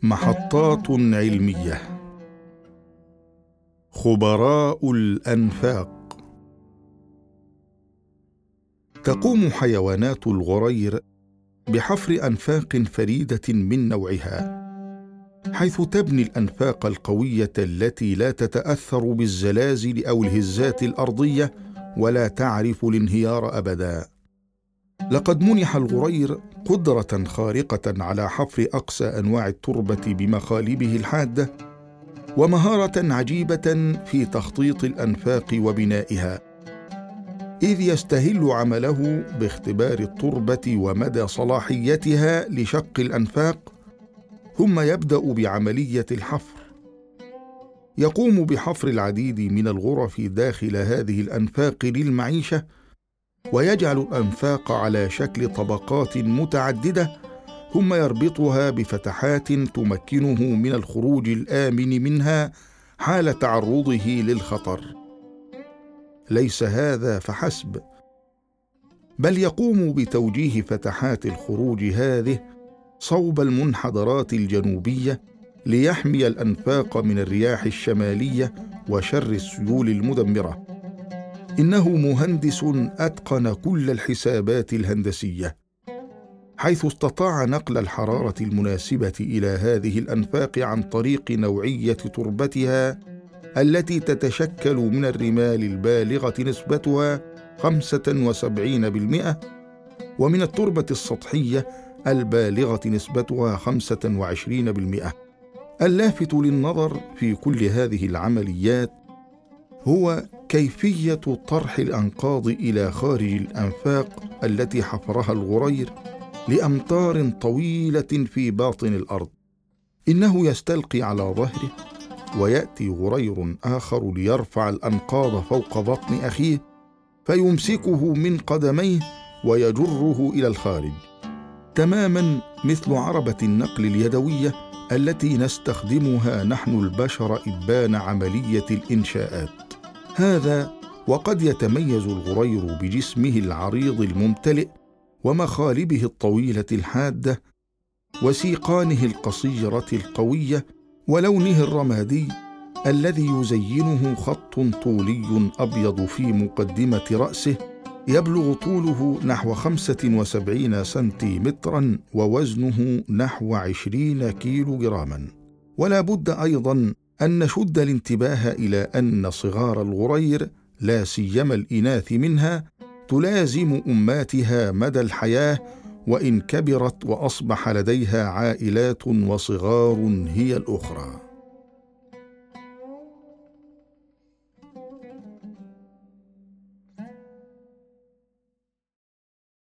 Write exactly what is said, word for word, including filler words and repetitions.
محطات علمية. خبراء الأنفاق. تقوم حيوانات الغرير بحفر أنفاق فريدة من نوعها، حيث تبني الأنفاق القوية التي لا تتأثر بالزلازل أو الهزات الأرضية ولا تعرف الانهيار أبدا. لقد منح الغرير قدرة خارقة على حفر أقصى أنواع التربة بمخالبه الحادة، ومهارة عجيبة في تخطيط الأنفاق وبنائها، إذ يستهل عمله باختبار التربة ومدى صلاحيتها لشق الأنفاق، ثم يبدأ بعملية الحفر. يقوم بحفر العديد من الغرف داخل هذه الأنفاق للمعيشة، ويجعل الأنفاق على شكل طبقات متعددة، ثم يربطها بفتحات تمكنه من الخروج الآمن منها حال تعرضه للخطر. ليس هذا فحسب، بل يقوم بتوجيه فتحات الخروج هذه صوب المنحدرات الجنوبية ليحمي الأنفاق من الرياح الشمالية وشر السيول المدمرة. إنه مهندس أتقن كل الحسابات الهندسية، حيث استطاع نقل الحرارة المناسبة إلى هذه الأنفاق عن طريق نوعية تربتها التي تتشكل من الرمال البالغة نسبتها خمسة وسبعين بالمئة، ومن التربة السطحية البالغة نسبتها خمسة وعشرين بالمئة. اللافت للنظر في كل هذه العمليات هو كيفية طرح الأنقاض إلى خارج الأنفاق التي حفرها الغرير لأمتار طويلة في باطن الأرض. إنه يستلقي على ظهره، ويأتي غرير آخر ليرفع الأنقاض فوق بطن أخيه، فيمسكه من قدميه ويجره إلى الخارج، تماما مثل عربة النقل اليدوية التي نستخدمها نحن البشر إبان عملية الإنشاءات. هذا وقد يتميز الغرير بجسمه العريض الممتلئ، ومخالبه الطويلة الحادة، وسيقانه القصيرة القوية، ولونه الرمادي الذي يزينه خط طولي أبيض في مقدمة رأسه يبلغ طوله نحو خمسة وسبعين سنتيمترا، ووزنه نحو عشرين كيلو جراما. ولا بد أيضا أن نشد الانتباه إلى أن صغار الغرير، لا سيما الإناث منها، تلازم أماتها مدى الحياة، وإن كبرت وأصبح لديها عائلات وصغار هي الأخرى.